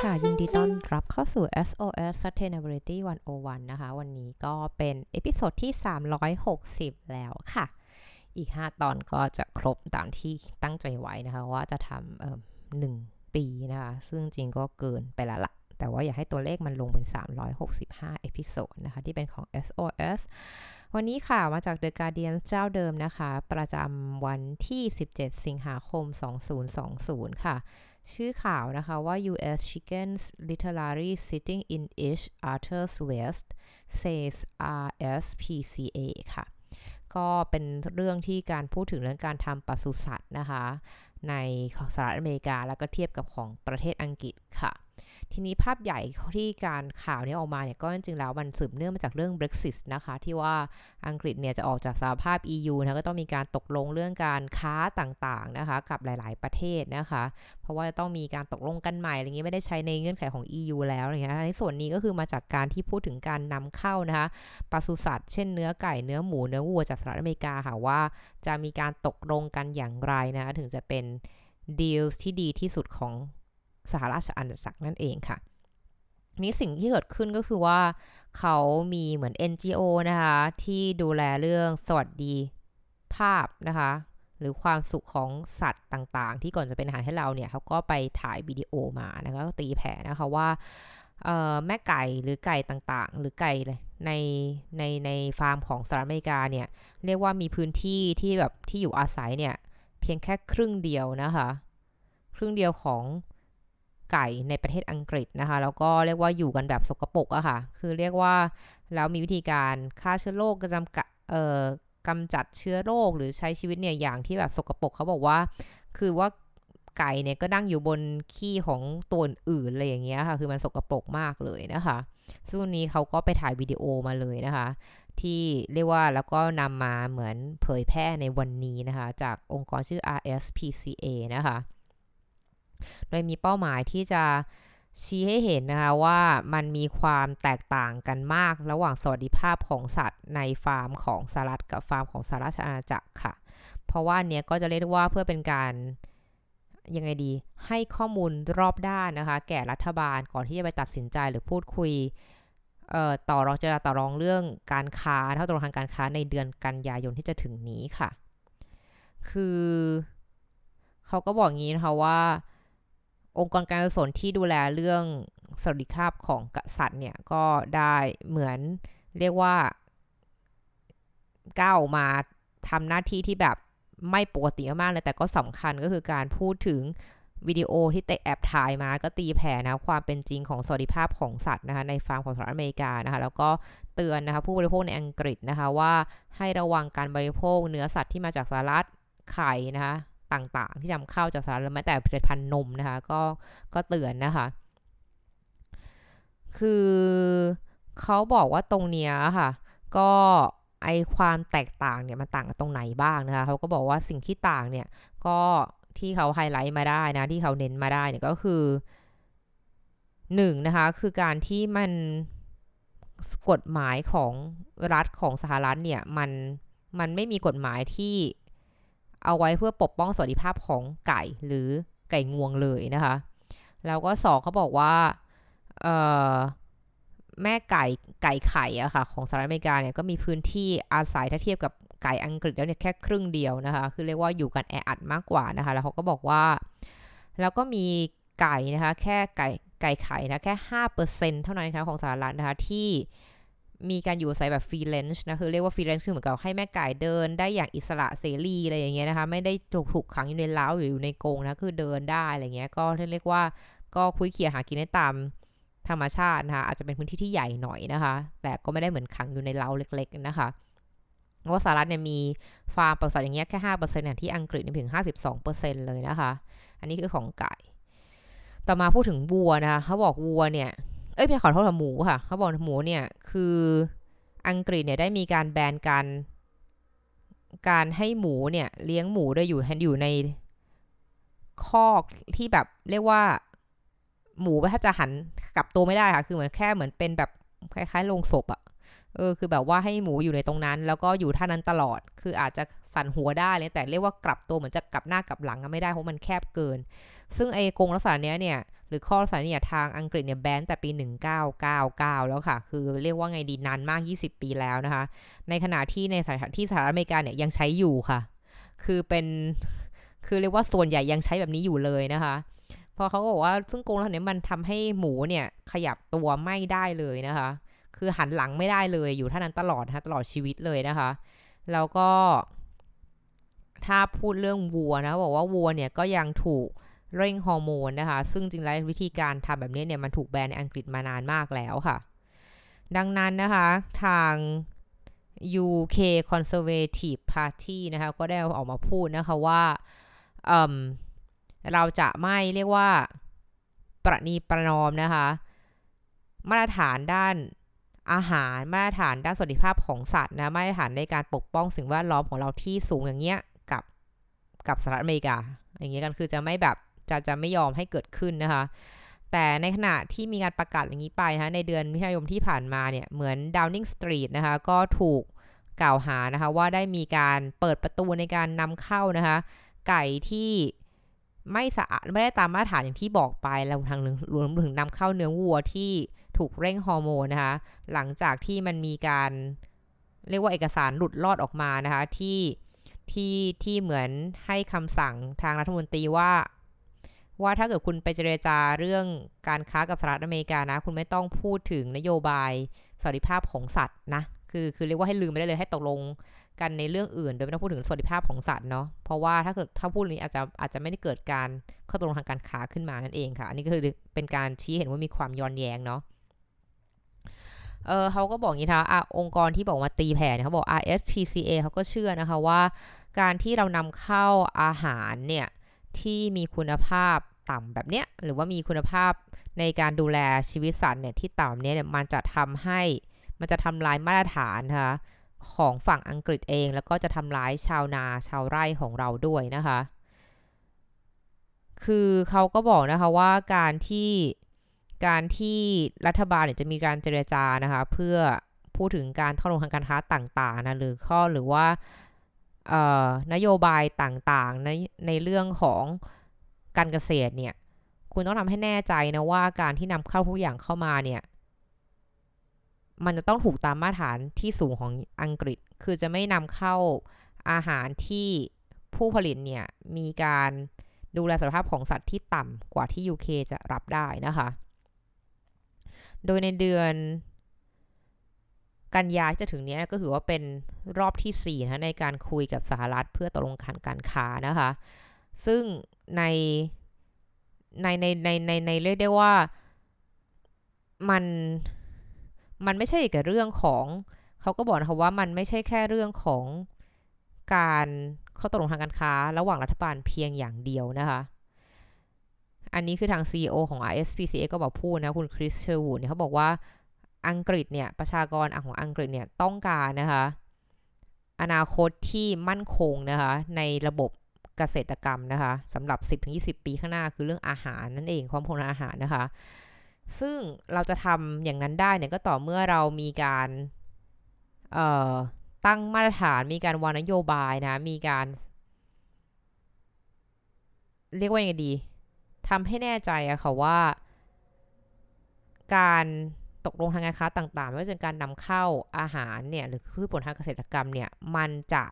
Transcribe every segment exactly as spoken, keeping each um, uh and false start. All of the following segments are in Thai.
ค่ะยินดีต้อนรับเข้าสู่ เอส โอ เอส Sustainability หนึ่งศูนย์หนึ่งนะคะวันนี้ก็เป็นเอพิโซดที่สามร้อยหกสิบแล้วค่ะอีกห้าตอนก็จะครบตามที่ตั้งใจไว้นะคะว่าจะทำเอ่อหนึ่งปีนะคะซึ่งจริงก็เกินไปแล้วละแต่ว่าอยากให้ตัวเลขมันลงเป็นสามร้อยหกสิบห้าเอพิโซดนะคะที่เป็นของ เอส โอ เอส วันนี้ค่ะมาจาก The Guardian เจ้าเดิมนะคะประจำวันที่สิบเจ็ดสิงหาคมสองพันยี่สิบค่ะชื่อข่าวนะคะว่า ยู เอส chickens literally sitting in each other's waste says อาร์ เอส พี ซี เอ ค่ะก็เป็นเรื่องที่การพูดถึงเรื่องการทำปศุสัตว์นะคะในสหรัฐอเมริกาแล้วก็เทียบกับของประเทศอังกฤษค่ะทีนี้ภาพใหญ่ที่การข่าวนี้ออกมาเนี่ยก็จริงๆแล้วมันสืบเนื่องมาจากเรื่อง Brexit นะคะที่ว่าอังกฤษเนี่ยจะออกจากสหภาพ อี ยู นะก็ต้องมีการตกลงเรื่องการค้าต่างๆนะคะกับหลายๆประเทศนะคะเพราะว่าต้องมีการตกลงกันใหม่อะไรเงี้ยไม่ได้ใช้ในเงื่อนไขของ อี ยู แล้วอะไรเงี้ยในส่วนนี้ก็คือมาจากการที่พูดถึงการนำเข้านะคะปศุสัตว์เช่นเนื้อไก่เนื้อหมูเนื้อวัวจากสหรัฐอเมริกาค่ะว่าจะมีการตกลงกันอย่างไรนะถึงจะเป็นดีลที่ดีที่สุดของสหราชอาณาจักรนั่นเองค่ะนี้สิ่งที่เกิดขึ้นก็คือว่าเขามีเหมือน เอ็น จี โอ นะคะที่ดูแลเรื่องสวัสดิภาพนะคะหรือความสุขของสัตว์ต่างๆที่ก่อนจะเป็นอาหารให้เราเนี่ยเขาก็ไปถ่ายวิดีโอมานะคะก็ตีแผ่นะคะว่าแม่ไก่หรือไก่ต่างๆหรือไก่ในในในฟาร์มของสหรัฐอเมริกาเนี่ยเรียกว่ามีพื้นที่ที่แบบที่อยู่อาศัยเนี่ยเพียงแค่ครึ่งเดียวนะคะครึ่งเดียวของไก่ในประเทศอังกฤษนะคะแล้วก็เรียกว่าอยู่กันแบบสกปรกอะค่ะคือเรียกว่าแล้วมีวิธีการฆ่าเชื้อโรคจำกัดเอ่อกำจัดเชื้อโรคหรือใช้ชีวิตเนี่ยอย่างที่แบบสกปรกเขาบอกว่าคือว่าไก่เนี่ยก็นั่งอยู่บนขี้ของตัวอื่นอะไรอย่างเงี้ยค่ะคือมันสกปรกมากเลยนะคะซึ่งนี้เขาก็ไปถ่ายวิดีโอมาเลยนะคะที่เรียกว่าแล้วก็นำมาเหมือนเผยแพร่ในวันนี้นะคะจากองค์กรชื่อ อาร์ เอส พี ซี เอ นะคะโดยมีเป้าหมายที่จะชี้ให้เห็นนะคะว่ามันมีความแตกต่างกันมากระหว่างสวัสดิภาพของสัตว์ในฟาร์มของสหรัฐกับฟาร์มของสหราชอาณาจักรค่ะเพราะว่าเนี้ยก็จะเรียกว่าเพื่อเป็นการยังไงดีให้ข้อมูลรอบด้านนะคะแก่รัฐบาลก่อนที่จะไปตัดสินใจหรือพูดคุยเอ่อต่อรองจะต่อรองเรื่องการค้าเท่าตรงทางการค้าในเดือนกันยายนที่จะถึงนี้ค่ะคือเขาก็บอกงี้นะคะว่าองค์กรการกุศลที่ดูแลเรื่องสวัสดิภาพของสัตว์เนี่ยก็ได้เหมือนเรียกว่าก้าวมาทำหน้าที่ที่แบบไม่ปกติมากเลยแต่ก็สำคัญก็คือการพูดถึงวิดีโอที่เตะแอบถ่ายมาก็ตีแผ่นะความเป็นจริงของสวัสดิภาพของสัตว์นะคะในฟาร์มของสหรัฐอเมริกานะคะแล้วก็เตือนนะคะผู้บริโภคในอังกฤษนะคะว่าให้ระวังการบริโภคเนื้อสัตว์ที่มาจากสหรัฐไข่นะคะต่างๆที่นำเข้าจากสหรัฐแม้แต่ผลิตภัณฑ์นมนะคะก็ก็เตือนนะคะคือเขาบอกว่าตรงเนี้ยค่ะก็ไอความแตกต่างเนี่ยมันต่างกันตรงไหนบ้างนะคะเขาก็บอกว่าสิ่งที่ต่างเนี่ยก็ที่เขาไฮไลท์มาได้นะที่เขาเน้นมาได้เนี่ยก็คือหนึ่งนะคะคือการที่มันกฎหมายของรัฐของสหรัฐเนี่ยมันมันไม่มีกฎหมายที่เอาไว้เพื่อปกป้องสวัสดิภาพของไก่หรือไก่งวงเลยนะคะแล้วก็สองเขาบอกว่าเอ่อแม่ไก่ไก่ไข่อะค่ะของสหรัฐอเมริกาเนี่ยก็มีพื้นที่อาศัยถ้าเทียบกับไก่อังกฤษแล้วเนี่ยแค่ครึ่งเดียวนะคะคือเรียกว่าอยู่กันแออัดมากกว่านะคะแล้วเขาก็บอกว่าแล้วก็มีไก่นะคะแค่ไก่ไก่ไข่นะแค่ ห้าเปอร์เซ็นต์ เท่านั้นนะคะของสหรัฐนะคะที่มีการอยู่อาศัยแบบฟรีแลนซ์นะคือเรียกว่าฟรีแลนซ์คือเหมือนกับให้แม่ไก่เดินได้อย่างอิสระเสรีอะไรอย่างเงี้ยนะคะไม่ได้ถูกถูกขังอยู่ในเล้าหรืออยู่ในกรงนะคือเดินได้อะไรเงี้ยก็เรียกว่าก็คุยเขี่ยหากินได้ตามธรรมชาตินะคะอาจจะเป็นพื้นที่ที่ใหญ่หน่อยนะคะแต่ก็ไม่ได้เหมือนขังอยู่ในเล้าเล็กๆนะคะเพราะว่าสหรัฐเนี่ยมีฟาร์มปศุสัตว์อย่างเงี้ยแค่ ห้าเปอร์เซ็นต์ อย่างที่อังกฤษเนี่ยถึง ห้าสิบสองเปอร์เซ็นต์ เลยนะคะอันนี้คือของไก่ต่อมาพูดถึงวัวนะคะเขาบอกวัวเนี่ยเอ้ยไม่ขอโทษค่ะหมูค่ะเขาบอกหมูเนี่ยคืออังกฤษเนี่ยได้มีการแบนการการให้หมูเนี่ยเลี้ยงหมูโดยอยู่อยู่ในคอกที่แบบเรียกว่าหมูแทบจะหันกลับตัวไม่ได้ค่ะคือเหมือนแค่เหมือนเป็นแบบคล้ายๆโลงศพอะเออคือแบบว่าให้หมูอยู่ในตรงนั้นแล้วก็อยู่ท่านั้นตลอดคืออาจจะสั่นหัวได้เลยแต่เรียกว่ากลับตัวเหมือนจะกลับหน้ากลับหลังก็ไม่ได้เพราะมันแคบเกินซึ่งไอ้กรงลักษณะเนี้ยเนี่ยรือข้อสารเนี่ยทางอังกฤษเนี่ยแบนแต่ปีหนึ่งเก้าเก้าเก้าแล้วค่ะคือเรียกว่าไงดีนานมากยี่สิบปีแล้วนะคะในขณะที่ในสถานที่สหรัฐอเมริกาเนี่ยยังใช้อยู่ค่ะคือเป็นคือเรียกว่าส่วนใหญ่ยังใช้แบบนี้อยู่เลยนะคะพอเขาก็บอกว่าซึ่งกรงเหล่านี้มันทำให้หมูเนี่ยขยับตัวไม่ได้เลยนะคะคือหันหลังไม่ได้เลยอยู่ท่านั้นตลอดนะคะตลอดชีวิตเลยนะคะแล้วก็ถ้าพูดเรื่องวัวนะบอกว่าวัวเนี่ยก็ยังถูกเร่งฮอร์โมนนะคะซึ่งจริงแล้ววิธีการทำแบบนี้เนี่ยมันถูกแบนในอังกฤษมานานมากแล้วค่ะดังนั้นนะคะทาง ยู เค Conservative Party นะคะก็ได้ออกมาพูดนะคะว่าเเราจะไม่เรียกว่าประนีประนอมนะคะมาตรฐานด้านอาหารมาตรฐานด้านสวัสดิภาพของสัตว์นะมาตรฐานในการปกป้องสิ่งแวดล้อมของเราที่สูงอย่างเงี้ยกับกับสหรัฐอเมริกาอย่างเงี้ยกันคือจะไม่แบบจะจะไม่ยอมให้เกิดขึ้นนะคะแต่ในขณะที่มีการประกาศอย่างนี้ไปนะในเดือนมิถุนายนที่ผ่านมาเนี่ยเหมือน Downing Street นะคะก็ถูกกล่าวหานะคะว่าได้มีการเปิดประตูในการนำเข้านะคะไก่ที่ไม่สะอาดไม่ได้ตามมาตรฐานอย่างที่บอกไปแล้วทางนึงรวมถึงนำเข้าเนื้อวัวที่ถูกเร่งฮอร์โมนนะคะหลังจากที่มันมีการเรียกว่าเอกสารหลุดลอดออกมานะคะที่ที่ที่เหมือนให้คำสั่งทางรัฐมนตรีว่าว่าถ้าเกิดคุณไปเจรจาเรื่องการค้ากับสหรัฐอเมริกานะคุณไม่ต้องพูดถึงนโยบายสวัสดิภาพของสัตว์นะคือคือเรียกว่าให้ลืมไปได้เลยให้ตกลงกันในเรื่องอื่นโดยไม่ต้องพูดถึงสวัสดิภาพของสัตว์เนาะเพราะว่าถ้าเกิดถ้าพูดนี้อาจจะอาจจะไม่ได้เกิดการข้อตกลงทางการค้าขึ้นมานั่นเองค่ะอันนี้ก็คือเป็นการชี้เห็นว่ามีความย้อนแย้งเนาะเออเขาก็บอกอย่างนี้นะอ่ะองค์กรที่บอกมาตีแผ่เนี่ยเขาบอก อาร์ เอส พี ซี เอ เขาก็เชื่อนะคะว่าการที่เรานำเข้าอาหารเนี่ยที่มีคุณภาพต่ำแบบเนี้ยหรือว่ามีคุณภาพในการดูแลชีวิตสัตว์เนี่ยที่ต่ำเนี้ยมันจะทำให้มันจะทำลายมาตรฐานนะคะของฝั่งอังกฤษเองแล้วก็จะทำร้ายชาวนาชาวไร่ของเราด้วยนะคะคือเขาก็บอกนะคะว่าการที่การที่รัฐบาลเนี่ยจะมีการเจรจานะคะเพื่อพูดถึงการเข้าลงทางการค้าต่างๆนะหรือข้อหรือว่านโยบายต่างๆในในเรื่องของการเกษตรเนี่ยคุณต้องทำให้แน่ใจนะว่าการที่นำเข้าทุกอย่างเข้ามาเนี่ยมันจะต้องถูกตามมาตรฐานที่สูงของอังกฤษคือจะไม่นำเข้าอาหารที่ผู้ผลิตเนี่ยมีการดูแลสุขภาพของสัตว์ที่ต่ำกว่าที่ ยู เค จะรับได้นะคะโดยในเดือนกันยายนจะถึงนี้ก็ถือว่าเป็นรอบที่สี่นะในการคุยกับสหรัฐเพื่อตกลงการการค้านะคะซึ่งในในในในในในเรียกได้ว่ามันมันไม่ใช่แค่เรื่องของเขาก็บอกนะคะว่ามันไม่ใช่แค่เรื่องของการเข้าตกลงทางการค้าระหว่างรัฐบาลเพียงอย่างเดียวนะคะอันนี้คือทาง ซี อี โอ ของ อาร์ เอส พี ซี เอ ก็บอกพูดนะคุณคริสเชอร์วูดเนี่ยเขาบอกว่าอังกฤษเนี่ยประชากรของอังกฤษเนี่ยต้องการนะคะอนาคตที่มั่นคงนะคะในระบบเกษตรกรรมนะคะสำหรับ สิบถึงยี่สิบ ปีข้างหน้าคือเรื่องอาหารนั่นเองความพงอาหารนะคะซึ่งเราจะทำอย่างนั้นได้เนี่ยก็ต่อเมื่อเรามีการตั้งมาตรฐานมีการวางนโยบายนะมีการเรียกว่ายังไงดีทำให้แน่ใจอะค่ะว่าการตกลงทางการค้าต่างๆไม่ว่าจะเป็นการนำเข้าอาหารเนี่ยหรือพืชผลทางเกษตรกรรมเนี่ยมันจะ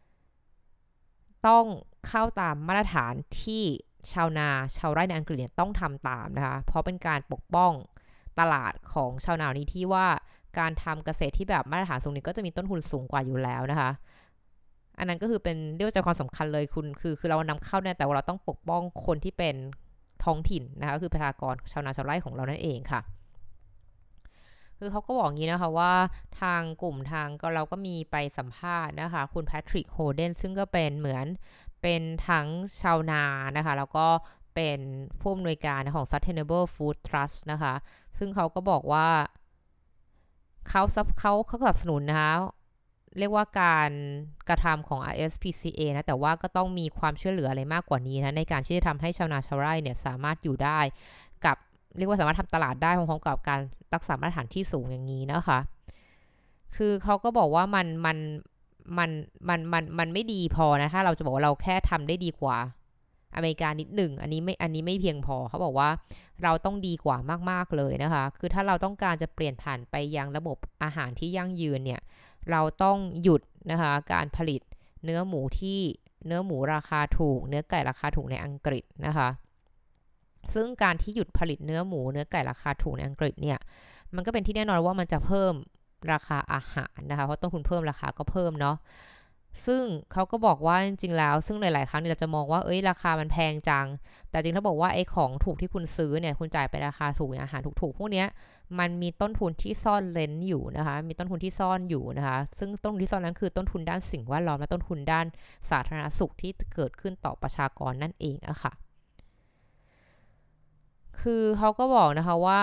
ต้องเข้าตามมาตรฐานที่ชาวนาชาวไร่ในอังกฤษเนี่ยต้องทำตามนะคะเพราะเป็นการปกป้องตลาดของชาวนานี้ที่ว่าการทำเกษตรที่แบบมาตรฐานสูงนี้ก็จะมีต้นทุนสูงกว่าอยู่แล้วนะคะอันนั้นก็คือเป็นเรื่องใจความสำคัญเลยคุณคือคือเรานำเข้าเนี่ยแต่ว่าเราต้องปกป้องคนที่เป็นท้องถิ่นนะคะคือประชากรชาวนาชาวไร่ของเรานั่นเองค่ะคือเขาก็บอกงี้นะคะว่าทางกลุ่มทางก็เราก็มีไปสัมภาษณ์นะคะคุณแพทริกโฮเดนซึ่งก็เป็นเหมือนเป็นทั้งชาวนานะคะแล้วก็เป็นผู้อำนวยการของ Sustainable Food Trust นะคะซึ่งเขาก็บอกว่าเขาเขาเขาสนับสนุนนะคะเรียกว่าการกระทำของ อาร์ เอส พี ซี เอ นะแต่ว่าก็ต้องมีความช่วยเหลืออะไรมากกว่านี้นะในการที่จะทำให้ชาวนาชาวไร่เนี่ยสามารถอยู่ได้กับเรียกว่าสามารถทำตลาดได้พร้อมๆกับการรักษามาตรฐานที่สูงอย่างนี้นะคะคือเขาก็บอกว่ามันมันมันมันมันมันไม่ดีพอนะถ้าเราจะบอกว่าเราแค่ทำได้ดีกว่าอเมริกานิดหนึ่งอันนี้ไม่อันนี้ไม่เพียงพอเขาบอกว่าเราต้องดีกว่ามากๆเลยนะคะคือถ้าเราต้องการจะเปลี่ยนผ่านไปยังระบบอาหารที่ยั่งยืนเนี่ยเราต้องหยุดนะคะการผลิตเนื้อหมูที่เนื้อหมูราคาถูกเนื้อไก่ราคาถูกในอังกฤษนะคะซึ่งการที่หยุดผลิตเนื้อหมูเนื้อไก่ราคาถูกในอังกฤษเนี่ยมันก็เป็นที่แน่นอนว่ามันจะเพิ่มราคาอาหารนะคะเพราะต้นทุนเพิ่มราคาก็เพิ่มเนาะซึ่งเขาก็บอกว่าจริงๆแล้วซึ่งหลายๆครั้งเราจะมองว่าเอ้ยราคามันแพงจังแต่จริงถ้าบอกว่าไอ้ของถูกที่คุณซื้อเนี่ยคุณจ่ายไปราคาถูกอย่างอาหารถูกๆพวกเนี้ยมันมีต้นทุนที่ซ่อนเร้นอยู่นะคะมีต้นทุนที่ซ่อนอยู่นะคะซึ่งต้นทุนที่ซ่อนนั้นคือต้นทุนด้านสิ่งแวดล้อมและต้นทุนด้านสาธารณสุขที่เกิดขึ้นต่อประชากรนั่นเองอะค่ะคือเขาก็บอกนะคะว่า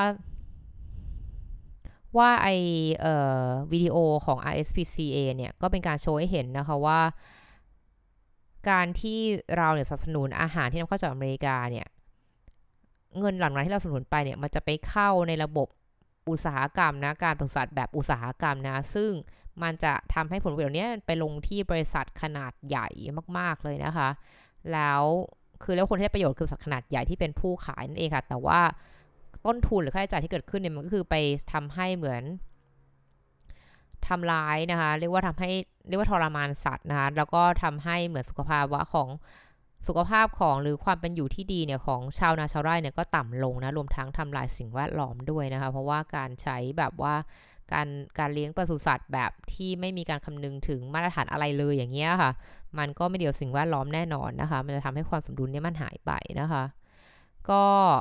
ว่าไอเอ่อวิดีโอของ อาร์ เอส พี ซี เอ เนี่ยก็เป็นการโชว์ให้เห็นนะคะว่าการที่เราเนี่ยสนับสนุนอาหารที่นำเข้าจากอเมริกาเนี่ยเงินเหล่านั้นที่เราสนับสนุนไปเนี่ยมันจะไปเข้าในระบบอุตสาหกรรมนะการปศุสัตว์แบบอุตสาหกรรมนะซึ่งมันจะทำให้ผลประโยชน์นี้ไปลงที่บริษัทขนาดใหญ่มากๆเลยนะคะแล้วคือแล้วคนที่ได้ประโยชน์คือบริษัทขนาดใหญ่ที่เป็นผู้ขายนั่นเองค่ะแต่ว่าต้นทุนหรือค่าใช้จ่ายที่เกิดขึ้นเนี่ยมันก็คือไปทำให้เหมือนทำร้ายนะคะเรียกว่าทำให้เรียกว่าทรมานสัตว์นะคะแล้วก็ทำให้เหมือนสุขภาพว่าของสุขภาพของหรือความเป็นอยู่ที่ดีเนี่ยของชาวนาชาวไร่เนี่ยก็ต่ำลงนะรวมทั้งทำลายสิ่งแวดล้อมด้วยนะคะเพราะว่าการใช้แบบว่าการการเลี้ยงปศุสัตว์แบบที่ไม่มีการคำนึงถึงมาตรฐานอะไรเลยอย่างเงี้ยค่ะมันก็ไม่เดียวสิ่งแวดล้อมแน่นอนนะคะมันจะทำให้ความสมดุลเนี่ยมันหายไปนะคะก็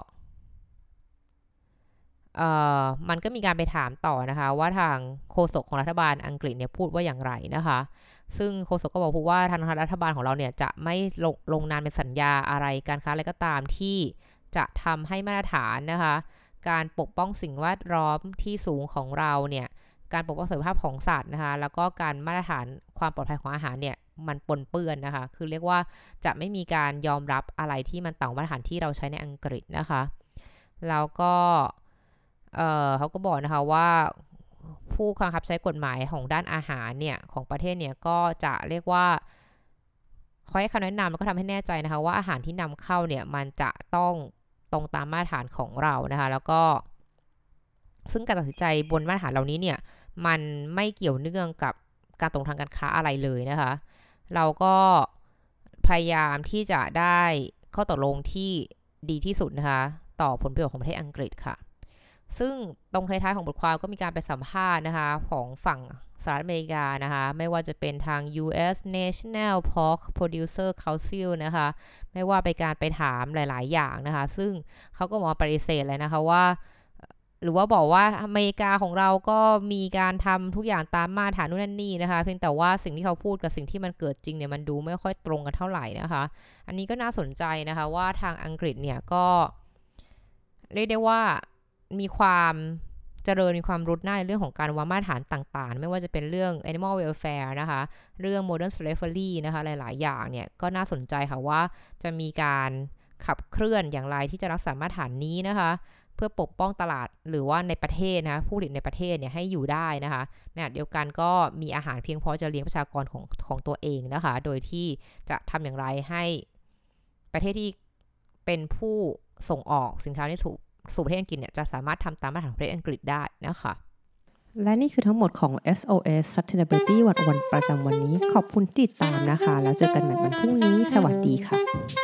เอ่อมันก็มีการไปถามต่อนะคะว่าทางโฆษกของรัฐบาลอังกฤษเนี่ยพูดว่าอย่างไรนะคะซึ่งโฆษกก็บอกพูดว่าทางรัฐบาลของเราเนี่ยจะไม่ลงลงนามเป็นสัญญาอะไรการค้าอะไรก็ตามที่จะทำให้มาตรฐานนะคะการปกป้องสิ่งแวดล้อมที่สูงของเราเนี่ยการปกป้องสุขภาพของสัตว์นะคะแล้วก็การมาตรฐานความปลอดภัยของอาหารเนี่ยมันปนเปื้อนนะคะคือเรียกว่าจะไม่มีการยอมรับอะไรที่มันต่างมาตรฐานที่เราใช้ในอังกฤษนะคะแล้วก็เอ่อเขาก็บอกนะคะว่าผู้บังคับใช้กฎหมายของด้านอาหารเนี่ยของประเทศเนี่ยก็จะเรียกว่าคอยให้คำแนะนำแล้วก็ทำให้แน่ใจนะคะว่าอาหารที่นำเข้าเนี่ยมันจะต้องตรงตามมาตรฐานของเรานะคะแล้วก็ซึ่งการตัดสินใจบนมาตรฐานเหล่านี้เนี่ยมันไม่เกี่ยวเนื่องกับการตกลงทางการค้าอะไรเลยนะคะเราก็พยายามที่จะได้ข้อตกลงที่ดีที่สุดนะคะต่อผลประโยชน์ของประเทศอังกฤษค่ะซึ่งตรงท้ายๆของบทความก็มีการไปสัมภาษณ์นะคะของฝั่งสหรัฐอเมริกานะคะไม่ว่าจะเป็นทาง ยู เอส National Pork Producer Council นะคะไม่ว่าไปการไปถามหลายๆอย่างนะคะซึ่งเขาก็มาปฏิเสธเลยนะคะว่าหรือว่าบอกว่าอเมริกาของเราก็มีการทำทุกอย่างตามมาตรฐานนู่นนั่นนี่นะคะเพียงแต่ว่าสิ่งที่เขาพูดกับสิ่งที่มันเกิดจริงเนี่ยมันดูไม่ค่อยตรงกันเท่าไหร่นะคะอันนี้ก็น่าสนใจนะคะว่าทางอังกฤษเนี่ยก็เรียกได้ว่ามีความเจริญมีความรุดหน้าในเรื่องของการวางมาตรฐานต่างๆไม่ว่าจะเป็นเรื่อง animal welfare นะคะเรื่อง modern slavery นะคะหลายๆอย่างเนี่ยก็น่าสนใจค่ะว่าจะมีการขับเคลื่อนอย่างไรที่จะรักษามาตรฐานนี้นะคะเพื่อปกป้องตลาดหรือว่าในประเทศนะผู้ผลิตในประเทศเนี่ยให้อยู่ได้นะคะในขณะเดียวกันก็มีอาหารเพียงพอจะเลี้ยงประชากรของของตัวเองนะคะโดยที่จะทำอย่างไรให้ประเทศที่เป็นผู้ส่งออกสินค้าที่ถูกสู่ประเทศอังกฤษเนี่ยจะสามารถทำตามมาตรฐานประเทศอังกฤษได้นะคะและนี่คือทั้งหมดของ เอส โอ เอส Sustainability วันวันประจำวันนี้ขอบคุณที่ติดตามนะคะแล้วเจอกันใหม่วันพรุ่งนี้สวัสดีค่ะ